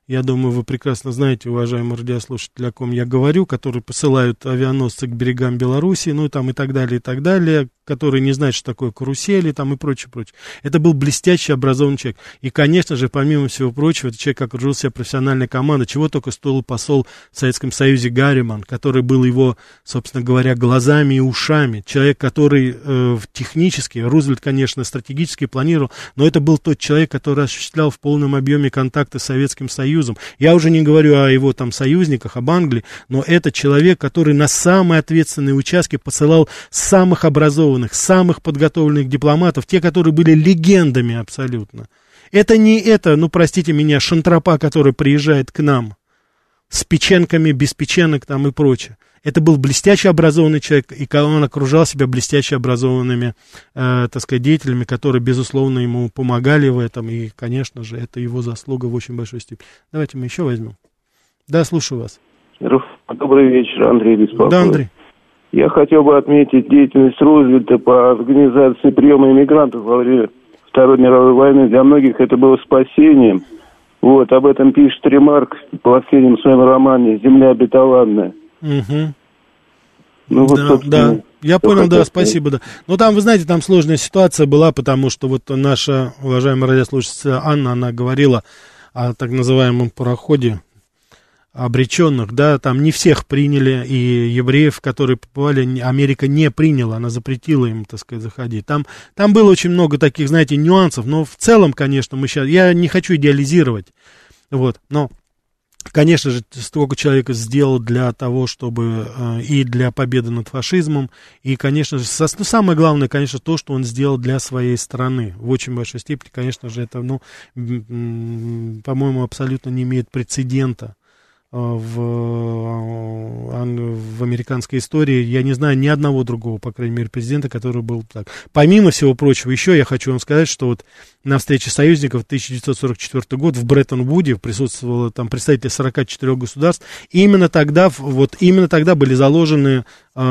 [SPEAKER 2] Я думаю, вы прекрасно знаете, уважаемые радиослушатели, о ком я говорю, которые посылают авианосцы к берегам Беларуси, ну, там, и так далее, которые не знают, что такое карусели, там, и прочее. Это был блестящий, образованный человек. И, конечно же, помимо всего прочего, этот человек окружил себя профессиональной командой, чего только стоил посол в Советском Союзе Гарриман, который был его, собственно говоря, глазами и ушами. Человек, который технически, Рузвельт, конечно, стратегически планировал, но это был тот человек, который осуществлял в полном объеме контакты с Советским Союзом. Я уже не говорю о его там союзниках, об Англии, но это человек, который на самые ответственные участки посылал самых образованных, самых подготовленных дипломатов, те, которые были легендами абсолютно. Это не это, ну, простите меня, шантропа, который приезжает к нам с печенками, без печенок там и прочее. Это был блестяще образованный человек, и он окружал себя блестяще образованными, так сказать, деятелями, которые, безусловно, ему помогали в этом, и, конечно же, это его заслуга в очень большой степени. Давайте мы еще возьмем. Да, слушаю вас.
[SPEAKER 9] Добрый вечер, Андрей беспокоит.
[SPEAKER 2] Да, Андрей.
[SPEAKER 9] Я хотел бы отметить деятельность Рузвельта по организации приема иммигрантов во время Второй мировой войны. Для многих это было спасением. Вот, об этом пишет Ремарк в последнем своем романе «Земля обетованная».
[SPEAKER 2] Угу.
[SPEAKER 9] Ну, вот,
[SPEAKER 2] да, я понял, да, спасибо, да. Но там, вы знаете, там сложная ситуация была, потому что вот наша уважаемая радиослушательница Анна, она говорила о так называемом пароходе обреченных, да, там не всех приняли, и евреев, которые попали, Америка не приняла, она запретила им, так сказать, заходить. Там было очень много таких, знаете, нюансов, но в целом, конечно, я не хочу идеализировать, вот, но... Конечно же, столько человек сделал для того, чтобы и для победы над фашизмом, и, конечно же, самое главное, конечно, то, что он сделал для своей страны. В очень большой степени, конечно же, это, ну, по-моему, абсолютно не имеет прецедента в американской истории. Я не знаю ни одного другого, по крайней мере, президента, который был так. Помимо всего прочего, еще я хочу вам сказать, что вот на встрече союзников 1944 год в Бреттон-Вуде присутствовало там представители 44 государств. И именно тогда были заложены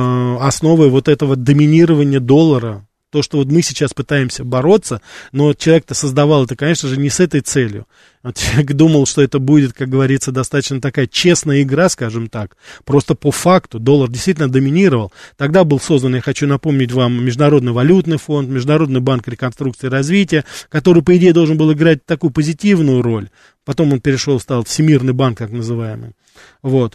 [SPEAKER 2] основы вот этого доминирования доллара. То, что вот мы сейчас пытаемся бороться, но человек-то создавал это, конечно же, не с этой целью. Человек думал, что это будет, как говорится, достаточно такая честная игра, скажем так. Просто по факту доллар действительно доминировал. Тогда был создан, я хочу напомнить вам, Международный валютный фонд, Международный банк реконструкции и развития, который, по идее, должен был играть такую позитивную роль. Потом он стал Всемирный банк, так называемый. Вот.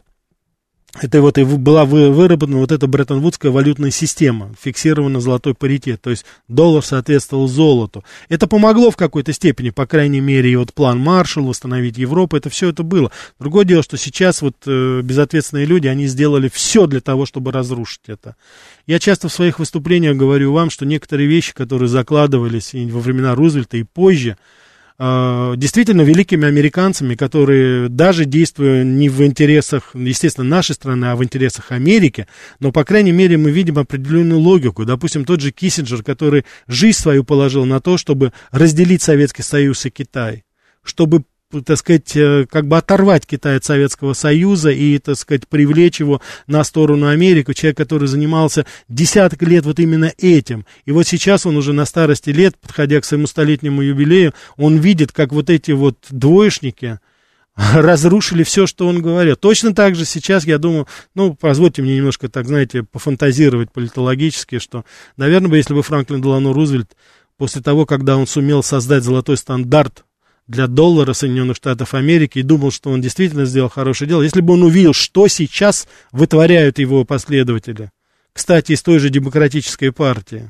[SPEAKER 2] Это вот и была выработана вот эта Бреттон-Вудская валютная система, фиксирована золотой паритет, то есть доллар соответствовал золоту. Это помогло в какой-то степени, по крайней мере, и вот план Маршалла, восстановить Европу, это все это было. Другое дело, что сейчас вот безответственные люди, они сделали все для того, чтобы разрушить это. Я часто в своих выступлениях говорю вам, что некоторые вещи, которые закладывались и во времена Рузвельта и позже, действительно великими американцами, которые даже действуя не в интересах, естественно, нашей страны, а в интересах Америки, но, по крайней мере, мы видим определенную логику. Допустим, тот же Киссинджер, который жизнь свою положил на то, чтобы разделить Советский Союз и Китай, чтобы, так сказать, как бы оторвать Китай от Советского Союза и, так сказать, привлечь его на сторону Америки. Человек, который занимался десяток лет вот именно этим. И вот сейчас он уже на старости лет, подходя к своему столетнему юбилею, он видит, как вот эти вот двоечники разрушили все, что он говорил. Точно так же сейчас, я думаю, ну, позвольте мне немножко, так, знаете, пофантазировать политологически, что, наверное, если бы Франклин Делано Рузвельт, после того, когда он сумел создать золотой стандарт для доллара Соединенных Штатов Америки и думал, что он действительно сделал хорошее дело, если бы он увидел, что сейчас вытворяют его последователи, кстати, из той же демократической партии,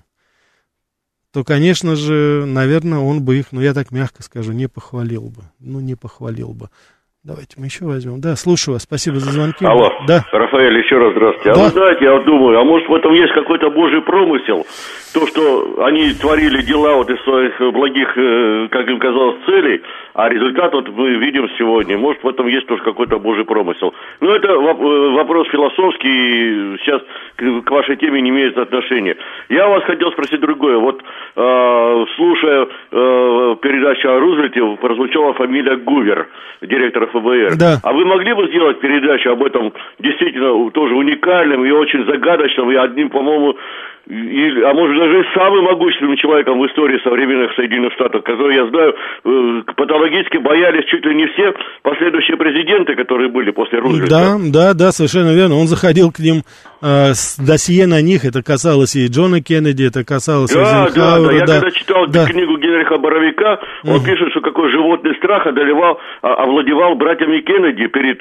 [SPEAKER 2] то, конечно же, наверное, он бы их, ну, я так мягко скажу, не похвалил бы. Ну, не похвалил бы. Давайте мы еще возьмем. Да, слушаю вас, спасибо за звонки.
[SPEAKER 5] Алло,
[SPEAKER 2] да.
[SPEAKER 5] Рафаэль, еще раз здравствуйте. Да. А вы знаете, я думаю, а может в этом есть какой-то божий промысел? То, что они творили дела вот из своих благих, как им казалось, целей, а результат вот мы видим сегодня. Может в этом есть тоже какой-то божий промысел. Но это вопрос философский, сейчас к вашей теме не имеет отношения. Я вас хотел спросить другое. Вот слушая передачу о Рузвельте, прозвучала фамилия Гувер, директора ФБР.
[SPEAKER 2] Да.
[SPEAKER 5] А вы могли бы сделать передачу об этом действительно тоже уникальном и очень загадочном, и одним, по-моему, а может даже самым могущественным человеком в истории современных Соединенных Штатов, который, я знаю, патологически боялись чуть ли не все последующие президенты, которые были после Рузвельта.
[SPEAKER 2] Да, совершенно верно. Он заходил к ним с досье на них, это касалось и Джона Кеннеди, это касалось Эйзенхауэра.
[SPEAKER 5] Я когда читал книгу Генриха Боровика, он пишет, что какой животный страх овладевал братьями Кеннеди перед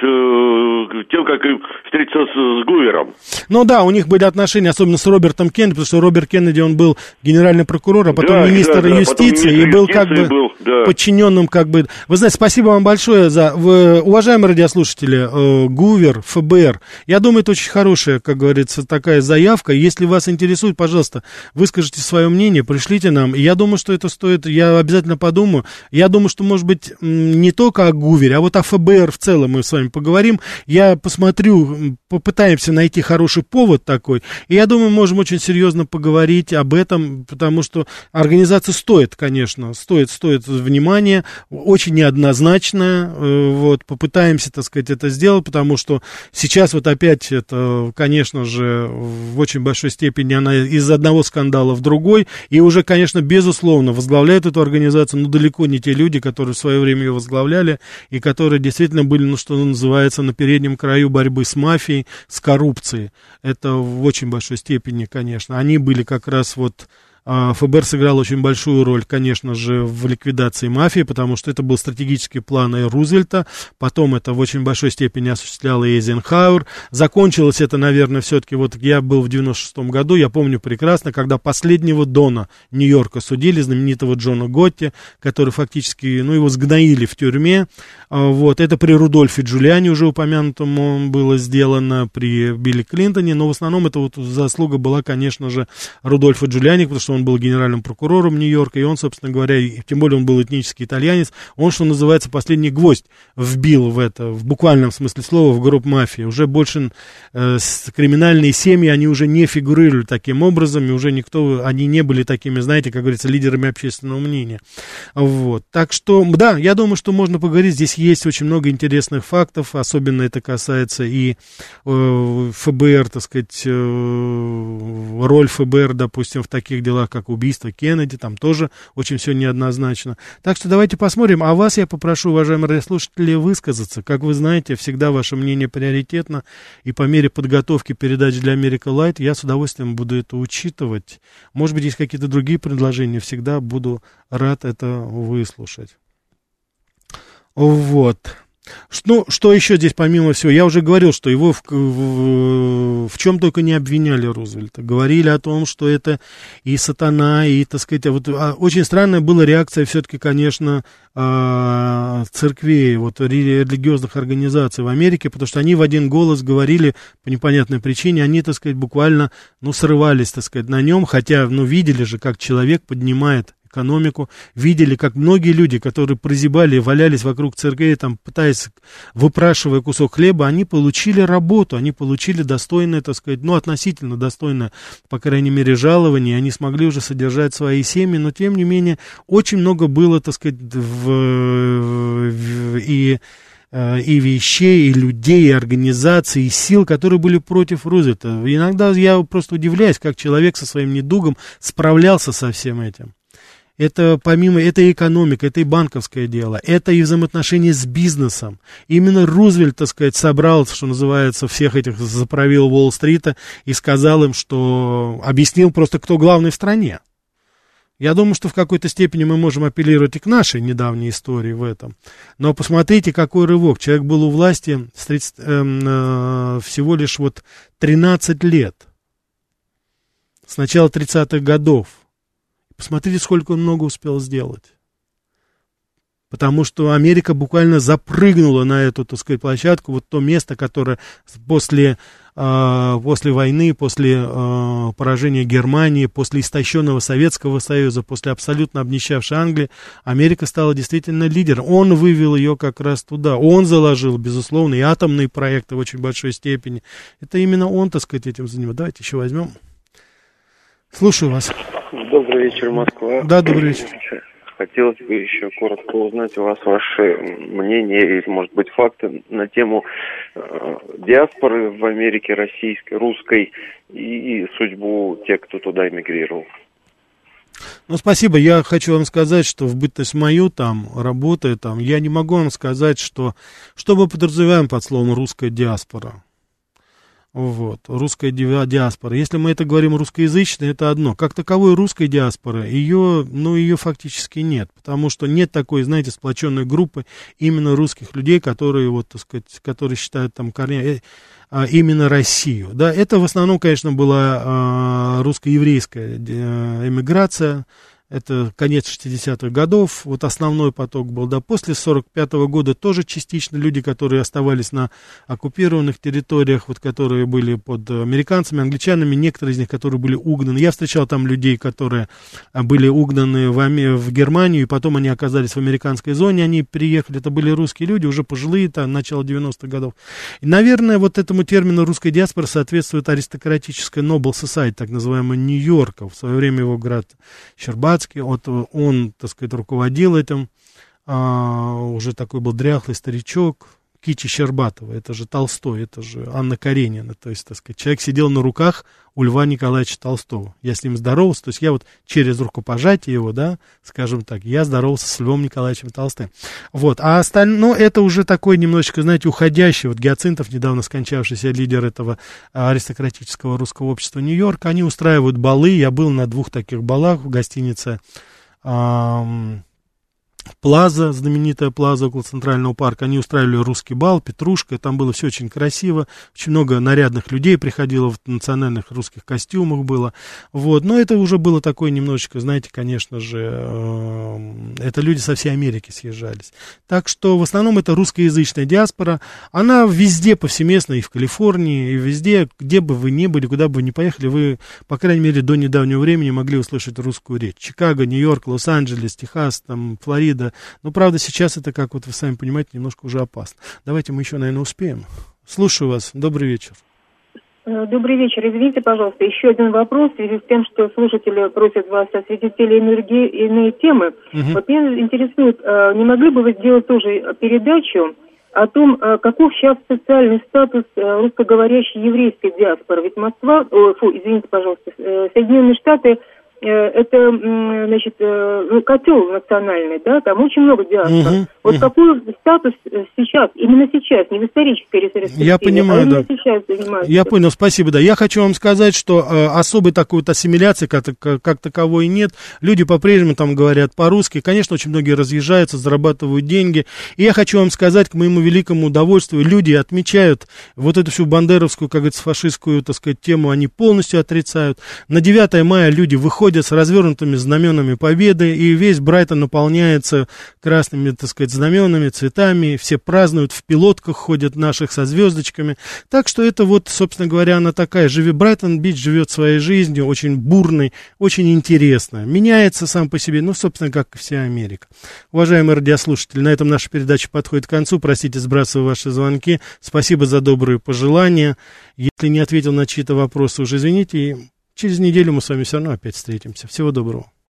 [SPEAKER 5] тем, как встретиться с Гувером.
[SPEAKER 2] Ну да, у них были отношения, особенно с Робертом Кеннеди, потому что Роберт Кеннеди, он был генеральный прокурор, а потом министр юстиции, и был как бы подчиненным как бы... Вы знаете, спасибо вам большое за... Уважаемые радиослушатели, Гувер, ФБР, я думаю, это очень хорошая, как говорится, такая заявка. Если вас интересует, пожалуйста, выскажите свое мнение, пришлите нам. И я думаю, что это стоит, я обязательно подумаю. Я думаю, что, может быть, не только о Гувере, а вот о ФБР в целом мы с вами поговорим. Я посмотрю, попытаемся найти хороший повод такой. И я думаю, можем очень серьезно поговорить об этом, потому что организация стоит, конечно, стоит внимания, очень неоднозначная. Вот, попытаемся, так сказать, это сделать, потому что сейчас вот опять это, конечно же, в очень большой степени она из одного скандала в другой, и уже, конечно, безусловно, возглавляют эту организацию, но далеко не те люди, которые в свое время ее возглавляли, и которые действительно были, ну, что называется, на переднем краю борьбы с мафией, с коррупцией. Это в очень большой степени, конечно. Они были как раз вот... ФБР сыграл очень большую роль, конечно же, в ликвидации мафии, потому что это был стратегический план и Рузвельта, потом это в очень большой степени осуществлял и Эйзенхауэр. Закончилось это, наверное, все-таки, вот я был в 96-м году, я помню прекрасно, когда последнего дона Нью-Йорка судили, знаменитого Джона Готти, который фактически, ну, его сгноили в тюрьме, вот, это при Рудольфе Джулиани уже упомянутом было сделано, при Билли Клинтоне, но в основном это вот заслуга была, конечно же, Рудольфа Джулиани, потому что он был генеральным прокурором Нью-Йорка, и он, собственно говоря, тем более он был этнический итальянец, он, что называется, последний гвоздь вбил в это, в буквальном смысле слова, в гроб мафии. Уже больше криминальные семьи, они уже не фигурировали таким образом, и уже они не были такими, знаете, как говорится, лидерами общественного мнения. Вот. Так что, да, я думаю, что можно поговорить, здесь есть очень много интересных фактов, особенно это касается и ФБР, так сказать, роль ФБР, допустим, в таких делах, как убийство Кеннеди, там тоже очень все неоднозначно. Так что давайте посмотрим. А вас я попрошу, уважаемые радиослушатели, высказаться. Как вы знаете, всегда ваше мнение приоритетно, и по мере подготовки передач для Америка Лайт я с удовольствием буду это учитывать. Может быть, есть какие-то другие предложения, всегда буду рад это выслушать. Вот. Ну, что еще здесь помимо всего? Я уже говорил, что его в чем только не обвиняли Рузвельта. Говорили о том, что это и сатана, и, так сказать, вот, очень странная была реакция все-таки, конечно, церквей, вот, религиозных организаций в Америке, потому что они в один голос говорили по непонятной причине, они, так сказать, буквально, ну, срывались, так сказать, на нем, хотя, ну, видели же, как человек поднимает экономику, видели, как многие люди, которые прозябали, валялись вокруг церквей, там, пытаясь, выпрашивая кусок хлеба, они получили работу, они получили достойное, так сказать, ну, относительно достойное, по крайней мере, жалование, они смогли уже содержать свои семьи, но, тем не менее, очень много было, так сказать, и вещей, и людей, и организаций, и сил, которые были против Рузвельта. Иногда я просто удивляюсь, как человек со своим недугом справлялся со всем этим. Это помимо, это и экономика, это и банковское дело, это и взаимоотношения с бизнесом. Именно Рузвельт, так сказать, собрал, что называется, всех этих заправил Уолл-стрита и сказал им, что объяснил просто, кто главный в стране. Я думаю, что в какой-то степени мы можем апеллировать и к нашей недавней истории в этом. Но посмотрите, какой рывок. Человек был у власти всего лишь вот 13 лет. С начала 30-х годов. Посмотрите, сколько он много успел сделать. Потому что Америка буквально запрыгнула на эту, так сказать, площадку, вот то место, которое после войны, после поражения Германии, после истощенного Советского Союза, после абсолютно обнищавшей Англии, Америка стала действительно лидером. Он вывел ее как раз туда. Он заложил, безусловно, и атомные проекты в очень большой степени. Это именно он, так сказать, этим занимается. Давайте еще возьмем. Слушаю вас.
[SPEAKER 10] Добрый вечер, Москва.
[SPEAKER 2] Да, добрый вечер.
[SPEAKER 10] хотелось бы еще коротко узнать у вас ваше мнение или, может быть, факты на тему диаспоры в Америке российской, русской и судьбу тех, кто туда эмигрировал.
[SPEAKER 2] Ну, спасибо. Я хочу вам сказать, что в бытность мою там, работая там, я не могу вам сказать, что мы подразумеваем под словом «русская диаспора». Вот, русская диаспора. Если мы это говорим русскоязычная, это одно. Как таковой русской диаспоры, ее фактически нет, потому что нет такой, знаете, сплоченной группы именно русских людей, которые, вот, так сказать, которые считают там корнями именно Россию. Да, это в основном, конечно, была русско-еврейская эмиграция. Это конец 60-х годов, вот основной поток был, да, после 45-го года тоже частично люди, которые оставались на оккупированных территориях, вот, которые были под американцами, англичанами, некоторые из них, которые были угнаны. Я встречал там людей, которые были угнаны в Германию, и потом они оказались в американской зоне, они приехали, это были русские люди, уже пожилые, там, начало 90-х годов. И, наверное, вот этому термину русской диаспоры соответствует аристократическая Noble Society, так называемая Нью-Йорка, в свое время его град Щербатский. Вот он, так сказать, руководил этим, уже такой был дряхлый старичок, Кити Щербатова, это же Толстой, это же Анна Каренина, то есть, так сказать, человек сидел на руках у Льва Николаевича Толстого. Я с ним здоровался, то есть я вот через рукопожатие его, да, скажем так, я здоровался с Львом Николаевичем Толстым. Вот, а остальное, это уже такой немножечко, знаете, уходящий, вот Гиацинтов, недавно скончавшийся лидер этого аристократического русского общества Нью-Йорка, они устраивают балы, я был на 2 таких балах в гостинице Плаза, знаменитая Плаза около Центрального парка, они устраивали русский бал, Петрушка, там было все очень красиво, очень много нарядных людей приходило в национальных русских костюмах было, вот, но это уже было такое немножечко, знаете, конечно же, это люди со всей Америки съезжались, так что в основном это русскоязычная диаспора, она везде повсеместно, и в Калифорнии, и везде, где бы вы ни были, куда бы вы ни поехали, вы, по крайней мере, до недавнего времени могли услышать русскую речь. Чикаго, Нью-Йорк, Лос-Анджелес, Техас, там, Флорида. Но, правда, сейчас это, как вот вы сами понимаете, немножко уже опасно. Давайте мы еще, наверное, успеем. Слушаю вас. Добрый вечер.
[SPEAKER 8] Добрый вечер. Извините, пожалуйста, еще один вопрос в связи с тем, что слушатели просят вас осветить иные темы. Вот меня интересует, не могли бы вы сделать тоже передачу о том, каков сейчас социальный статус русскоговорящей еврейской диаспоры? Ведь Соединенные Штаты это, значит, котел национальный, да, там очень много диаспор. Вот какой статус сейчас, именно сейчас, не в исторической перспективе,
[SPEAKER 2] я понимаю,
[SPEAKER 8] да. Сейчас занимаются.
[SPEAKER 2] Я понял, спасибо, да. Я хочу вам сказать, что особой такой вот ассимиляции как таковой нет. Люди по-прежнему там говорят по-русски. Конечно, очень многие разъезжаются, зарабатывают деньги. И я хочу вам сказать, к моему великому удовольствию, люди отмечают вот эту всю бандеровскую, как говорится, фашистскую, так сказать, тему, они полностью отрицают. На 9 мая люди выходят с развернутыми знаменами победы, и весь Брайтон наполняется красными, так сказать, знаменами, цветами, все празднуют, в пилотках ходят наших со звездочками, так что это вот, собственно говоря, она такая, Брайтон-Бич живет своей жизнью, очень бурной, очень интересно, меняется сам по себе, ну, собственно, как и вся Америка. Уважаемые радиослушатели, на этом наша передача подходит к концу, простите, сбрасываю ваши звонки, спасибо за добрые пожелания, если не ответил на чьи-то вопросы, уже извините, и через неделю мы с вами все равно опять встретимся. Всего доброго.